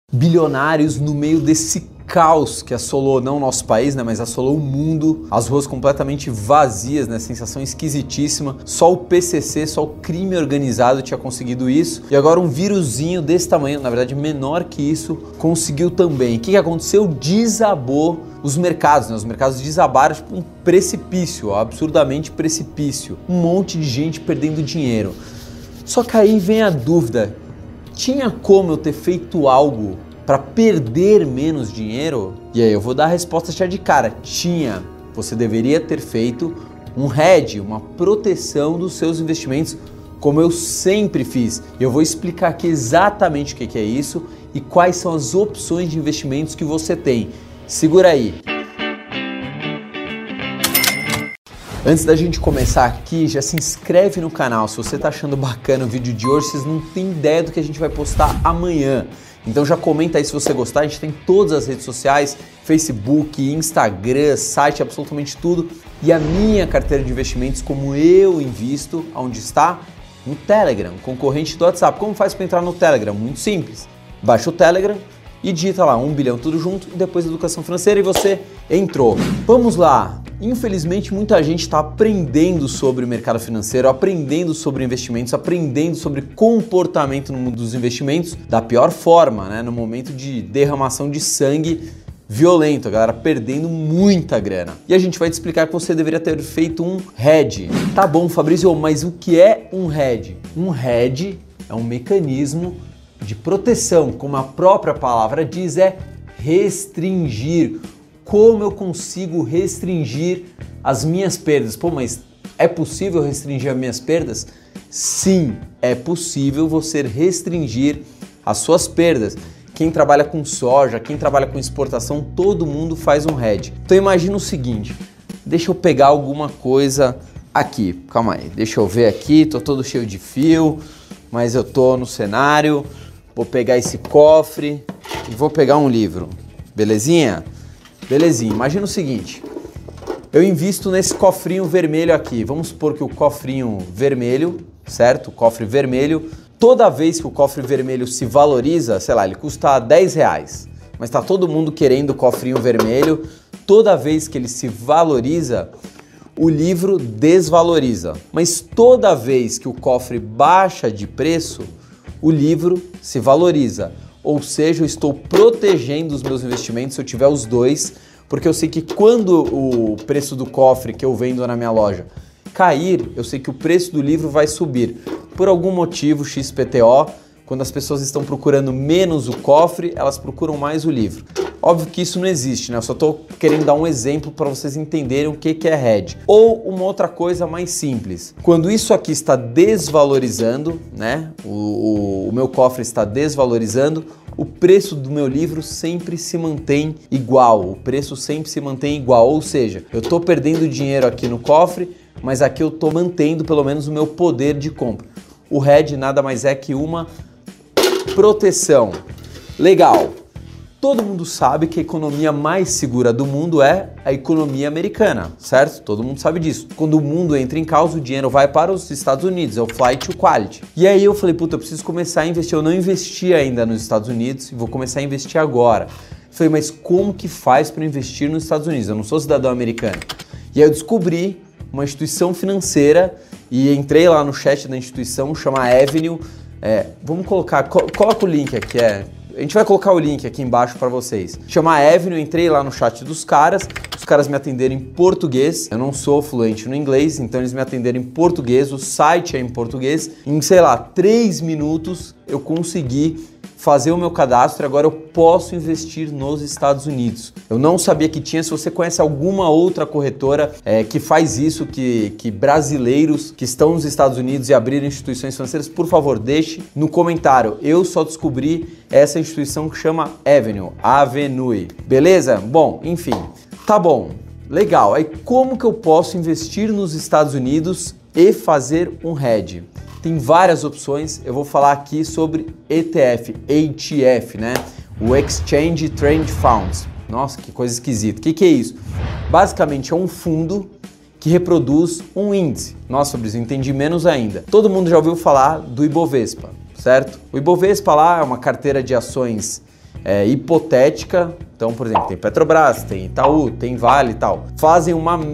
Bilionários no meio desse caos que assolou não o nosso país, né, mas assolou o mundo, as ruas completamente vazias, né, sensação esquisitíssima. Só o PCC, só o crime organizado tinha conseguido isso. E agora um vírusinho desse tamanho, na verdade menor que isso, conseguiu também. O que aconteceu? Desabou os mercados, né? Os mercados desabaram, tipo um precipício, absurdamente precipício. Um monte de gente perdendo dinheiro. Só que aí vem a dúvida. Tinha como eu ter feito algo para perder menos dinheiro? E aí eu vou dar a resposta já de cara. Tinha. Você deveria ter feito um hedge, uma proteção dos seus investimentos, como eu sempre fiz. Eu vou explicar aqui exatamente o que é isso e quais são as opções de investimentos que você tem. Segura aí. Antes da gente começar aqui, já se inscreve no canal. Se você tá achando bacana o vídeo de hoje, vocês não têm ideia do que a gente vai postar amanhã. Então já comenta aí se você gostar. A gente tem todas as redes sociais, Facebook, Instagram, site, absolutamente tudo. E a minha carteira de investimentos, como eu invisto, onde está? No Telegram, concorrente do WhatsApp. Como faz para entrar no Telegram? Muito simples. Baixa o Telegram e digita lá 1 bilhão tudo junto e depois educação financeira e você entrou. Vamos lá. Infelizmente muita gente está aprendendo sobre o mercado financeiro, aprendendo sobre investimentos, aprendendo sobre comportamento no mundo dos investimentos da pior forma, né? No momento de derramação de sangue violento, a galera perdendo muita grana. E a gente vai te explicar que você deveria ter feito um hedge. Tá bom, Fabrício, mas o que é um hedge? Um hedge é um mecanismo de proteção, como a própria palavra diz, é restringir. Como eu consigo restringir as minhas perdas? Pô, mas é possível restringir as minhas perdas? Sim, é possível você restringir as suas perdas. Quem trabalha com soja, quem trabalha com exportação, todo mundo faz um hedge. Então imagina o seguinte, deixa eu pegar alguma coisa aqui, calma aí, deixa eu ver aqui, tô todo cheio de fio, mas eu tô no cenário, vou pegar esse cofre e vou pegar um livro, belezinha? Belezinha, imagina o seguinte, eu invisto nesse cofrinho vermelho aqui, vamos supor que o cofrinho vermelho, certo? O cofre vermelho, toda vez que o cofre vermelho se valoriza, sei lá, ele custa 10 reais, mas tá todo mundo querendo o cofrinho vermelho, toda vez que ele se valoriza, o livro desvaloriza, mas toda vez que o cofre baixa de preço, o livro se valoriza. Ou seja, eu estou protegendo os meus investimentos se eu tiver os dois, porque eu sei que quando o preço do cofre que eu vendo na minha loja cair, eu sei que o preço do livro vai subir. Por algum motivo XPTO, quando as pessoas estão procurando menos o cofre, elas procuram mais o livro. Óbvio que isso não existe, né? Eu só estou querendo dar um exemplo para vocês entenderem o que é hedge. Ou uma outra coisa mais simples. Quando isso aqui está desvalorizando, né? O meu cofre está desvalorizando, o preço do meu livro sempre se mantém igual. O preço sempre se mantém igual. Ou seja, eu estou perdendo dinheiro aqui no cofre, mas aqui eu estou mantendo pelo menos o meu poder de compra. O hedge nada mais é que uma proteção. Legal. Todo mundo sabe que a economia mais segura do mundo é a economia americana, certo? Todo mundo sabe disso. Quando o mundo entra em caos, o dinheiro vai para os Estados Unidos, é o flight to quality. E aí eu falei, puta, eu preciso começar a investir. Eu não investi ainda nos Estados Unidos e vou começar a investir agora. Eu falei, mas como que faz para investir nos Estados Unidos? Eu não sou cidadão americano. E aí eu descobri uma instituição financeira e entrei lá no chat da instituição, chama Avenue. Vamos colocar, coloca o link aqui, a gente vai colocar o link aqui embaixo para vocês. Chama Avenue, entrei lá no chat dos caras, os caras me atenderam em português, eu não sou fluente no inglês, então eles me atenderam em português, o site é em português, em, sei lá, 3 minutos eu consegui fazer o meu cadastro e agora eu posso investir nos Estados Unidos. Eu não sabia que tinha. Se você conhece alguma outra corretora que faz isso, que brasileiros que estão nos Estados Unidos e abriram instituições financeiras, por favor, deixe no comentário. Eu só descobri essa instituição que chama Avenue. Beleza? Bom, enfim, tá bom. Legal. Aí como que eu posso investir nos Estados Unidos e fazer um hedge? Tem várias opções, eu vou falar aqui sobre ETF, né? O Exchange Trend Funds. Nossa, que coisa esquisita. O que é isso? Basicamente é um fundo que reproduz um índice. Nossa, Fabrício, entendi menos ainda. Todo mundo já ouviu falar do Ibovespa, certo? O Ibovespa lá é uma carteira de ações hipotética. Então, por exemplo, tem Petrobras, tem Itaú, tem Vale e tal. Fazem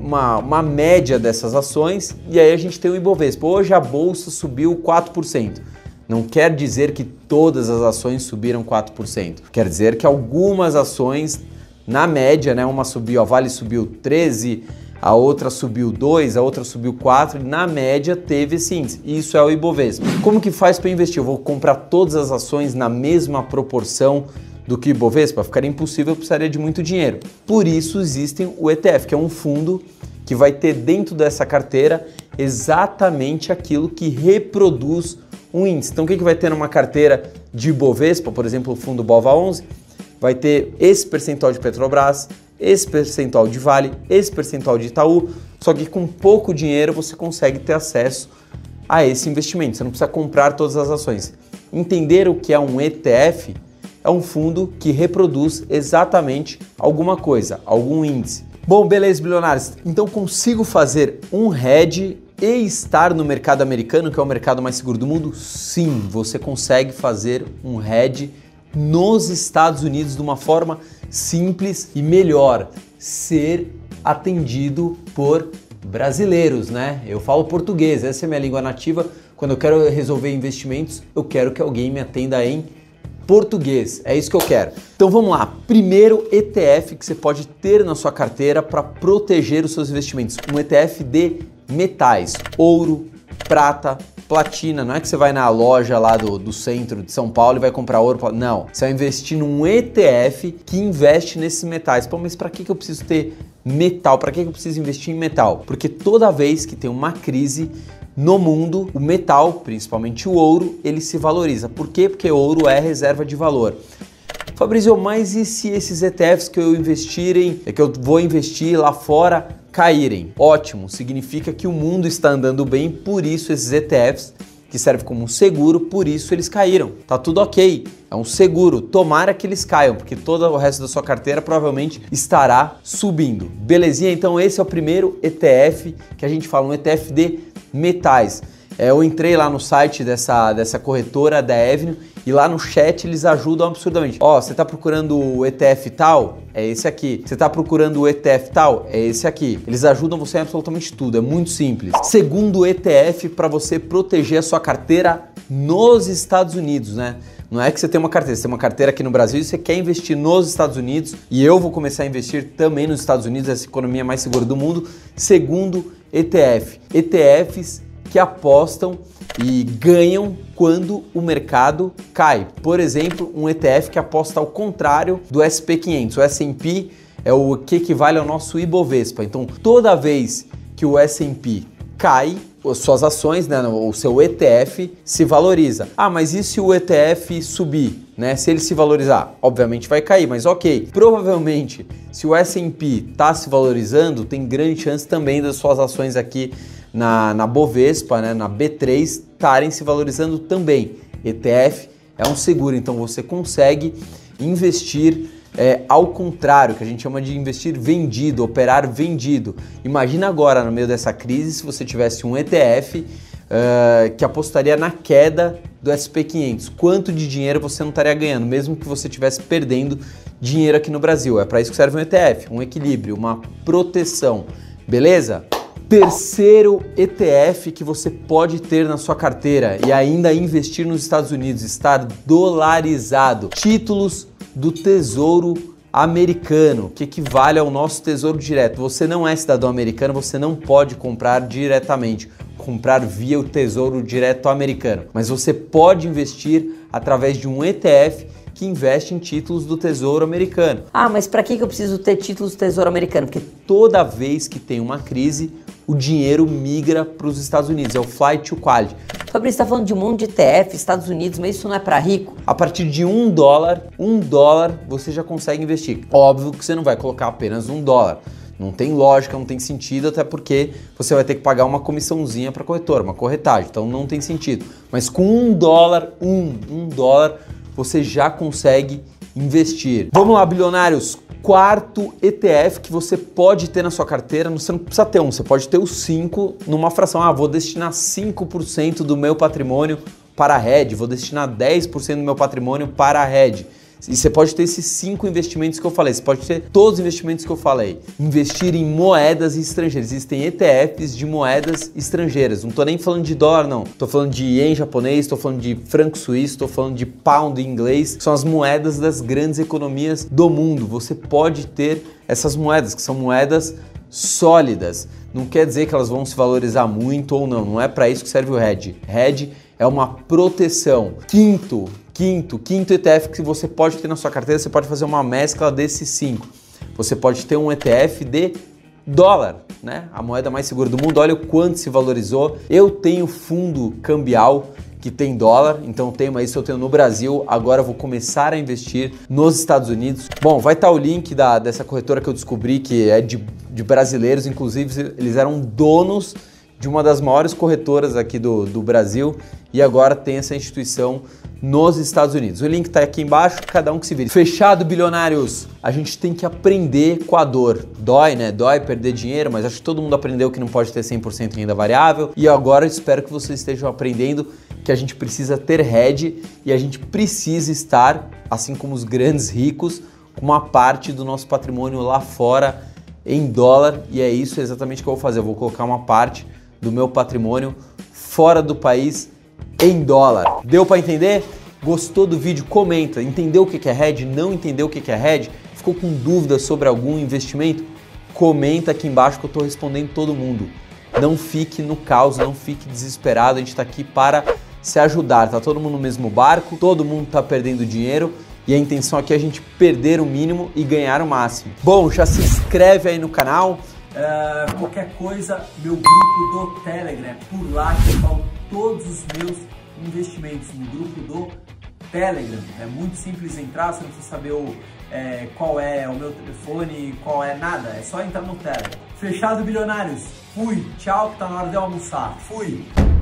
uma média dessas ações e aí a gente tem o Ibovespa. Hoje a bolsa subiu 4%. Não quer dizer que todas as ações subiram 4%. Quer dizer que algumas ações, na média, né, uma subiu, a Vale subiu 13%, a outra subiu 2%, a outra subiu 4%, e na média teve esse índice. Isso é o Ibovespa. Como que faz para investir? Eu vou comprar todas as ações na mesma proporção do que o Ibovespa? Ficaria impossível, eu precisaria de muito dinheiro. Por isso existe o ETF, que é um fundo que vai ter dentro dessa carteira exatamente aquilo que reproduz um índice. Então o que vai ter numa carteira de Ibovespa, por exemplo, o fundo BOVA11, vai ter esse percentual de Petrobras, esse percentual de Vale, esse percentual de Itaú, só que com pouco dinheiro você consegue ter acesso a esse investimento. Você não precisa comprar todas as ações. Entender o que é um ETF é um fundo que reproduz exatamente alguma coisa, algum índice. Bom, beleza, bilionários. Então consigo fazer um hedge e estar no mercado americano, que é o mercado mais seguro do mundo? Sim, você consegue fazer um hedge nos Estados Unidos de uma forma simples e melhor, ser atendido por brasileiros, né? Eu falo português, essa é a minha língua nativa. Quando eu quero resolver investimentos, eu quero que alguém me atenda em português, é isso que eu quero. Então vamos lá, primeiro ETF que você pode ter na sua carteira para proteger os seus investimentos, um ETF de metais, ouro, prata, platina. Não é que você vai na loja lá do centro de São Paulo e vai comprar ouro, não, você vai investir num ETF que investe nesses metais. Pô, mas para que eu preciso ter metal? Para que eu preciso investir em metal? Porque toda vez que tem uma crise no mundo, o metal, principalmente o ouro, ele se valoriza. Por quê? Porque ouro é reserva de valor. Fabrício, mas e se esses ETFs que eu vou investir lá fora caírem? Ótimo, significa que o mundo está andando bem, por isso esses ETFs, que servem como um seguro, por isso eles caíram. Tá tudo ok, é um seguro, tomara que eles caiam, porque todo o resto da sua carteira provavelmente estará subindo. Belezinha? Então esse é o primeiro ETF que a gente fala, um ETF de metais. Eu entrei lá no site dessa corretora da Avenue e lá no chat eles ajudam absurdamente. Ó, você tá procurando o ETF tal? É esse aqui. Você tá procurando o ETF tal? É esse aqui. Eles ajudam você em absolutamente tudo, é muito simples. Segundo ETF para você proteger a sua carteira nos Estados Unidos, né? Não é que você tem uma carteira, você tem uma carteira aqui no Brasil e você quer investir nos Estados Unidos, e eu vou começar a investir também nos Estados Unidos, essa economia mais segura do mundo. Segundo ETF, ETFs que apostam e ganham quando o mercado cai. Por exemplo, um ETF que aposta ao contrário do SP500. O S&P é o que equivale ao nosso Ibovespa. Então, toda vez que o S&P cai, suas ações, né, o seu ETF se valoriza. Ah, mas e se o ETF subir, né? Se ele se valorizar, obviamente vai cair, mas ok. Provavelmente, se o S&P está se valorizando, tem grande chance também das suas ações aqui na Bovespa, né, na B3, estarem se valorizando também. ETF é um seguro, então você consegue investir ao contrário, que a gente chama de investir vendido, operar vendido. Imagina agora, no meio dessa crise, se você tivesse um ETF que apostaria na queda do SP500. Quanto de dinheiro você não estaria ganhando, mesmo que você estivesse perdendo dinheiro aqui no Brasil? É para isso que serve um ETF, um equilíbrio, uma proteção. Beleza? Terceiro ETF que você pode ter na sua carteira e ainda investir nos Estados Unidos, estar dolarizado. Títulos do Tesouro Americano, que equivale ao nosso Tesouro Direto. Você não é cidadão americano, você não pode comprar diretamente, comprar via o Tesouro Direto Americano, mas você pode investir através de um ETF que investe em títulos do Tesouro Americano. Ah, mas para que eu preciso ter títulos do Tesouro Americano? Porque toda vez que tem uma crise, o dinheiro migra para os Estados Unidos, é o flight to quality. Fabrício, está falando de um monte de ETF, Estados Unidos, mas isso não é para rico? A partir de $1 você já consegue investir. Óbvio que você não vai colocar apenas $1. Não tem lógica, não tem sentido, até porque você vai ter que pagar uma comissãozinha para a corretora, uma corretagem, então não tem sentido. Mas com $1, você já consegue investir. Vamos lá, bilionários. Quarto ETF que você pode ter na sua carteira, você não precisa ter um, você pode ter os 5 numa fração. Ah, vou destinar 5% do meu patrimônio para a hedge, vou destinar 10% do meu patrimônio para a hedge. E você pode ter esses 5 investimentos que eu falei, você pode ter todos os investimentos que eu falei. Investir em moedas estrangeiras. Existem ETFs de moedas estrangeiras. Não estou nem falando de dólar, não. Estou falando de ien japonês, estou falando de franco suíço, estou falando de pound inglês. São as moedas das grandes economias do mundo. Você pode ter essas moedas, que são moedas sólidas. Não quer dizer que elas vão se valorizar muito ou não. Não é para isso que serve o hedge. Hedge é uma proteção. Quinto ETF que você pode ter na sua carteira, você pode fazer uma mescla desses 5. Você pode ter um ETF de dólar, né? A moeda mais segura do mundo. Olha o quanto se valorizou. Eu tenho fundo cambial que tem dólar, então mas isso eu tenho no Brasil, agora eu vou começar a investir nos Estados Unidos. Bom, vai estar o link dessa corretora que eu descobri que é de brasileiros, inclusive eles eram donos de uma das maiores corretoras aqui do Brasil e agora tem essa instituição nos Estados Unidos. O link está aqui embaixo, cada um que se vire. Fechado, bilionários! A gente tem que aprender com a dor. Dói, né? Dói perder dinheiro, mas acho que todo mundo aprendeu que não pode ter 100% renda variável. E agora eu espero que vocês estejam aprendendo que a gente precisa ter hedge e a gente precisa estar, assim como os grandes ricos, com uma parte do nosso patrimônio lá fora em dólar. E é isso exatamente que eu vou fazer. Eu vou colocar uma parte do meu patrimônio fora do país em dólar. Deu para entender? Gostou do vídeo? Comenta. Entendeu o que é hedge? Não entendeu o que é hedge? Ficou com dúvidas sobre algum investimento? Comenta aqui embaixo que eu estou respondendo todo mundo. Não fique no caos, não fique desesperado. A gente está aqui para se ajudar. Tá todo mundo no mesmo barco, todo mundo está perdendo dinheiro e a intenção aqui é a gente perder o mínimo e ganhar o máximo. Bom, já se inscreve aí no canal. Qualquer coisa, meu grupo do Telegram, por lá que eu falo todos os meus investimentos no grupo do Telegram. É muito simples entrar, você não precisa saber qual é o meu telefone, qual é nada, é só entrar no Telegram. Fechado, bilionários? Fui, tchau, que tá na hora de eu almoçar. Fui!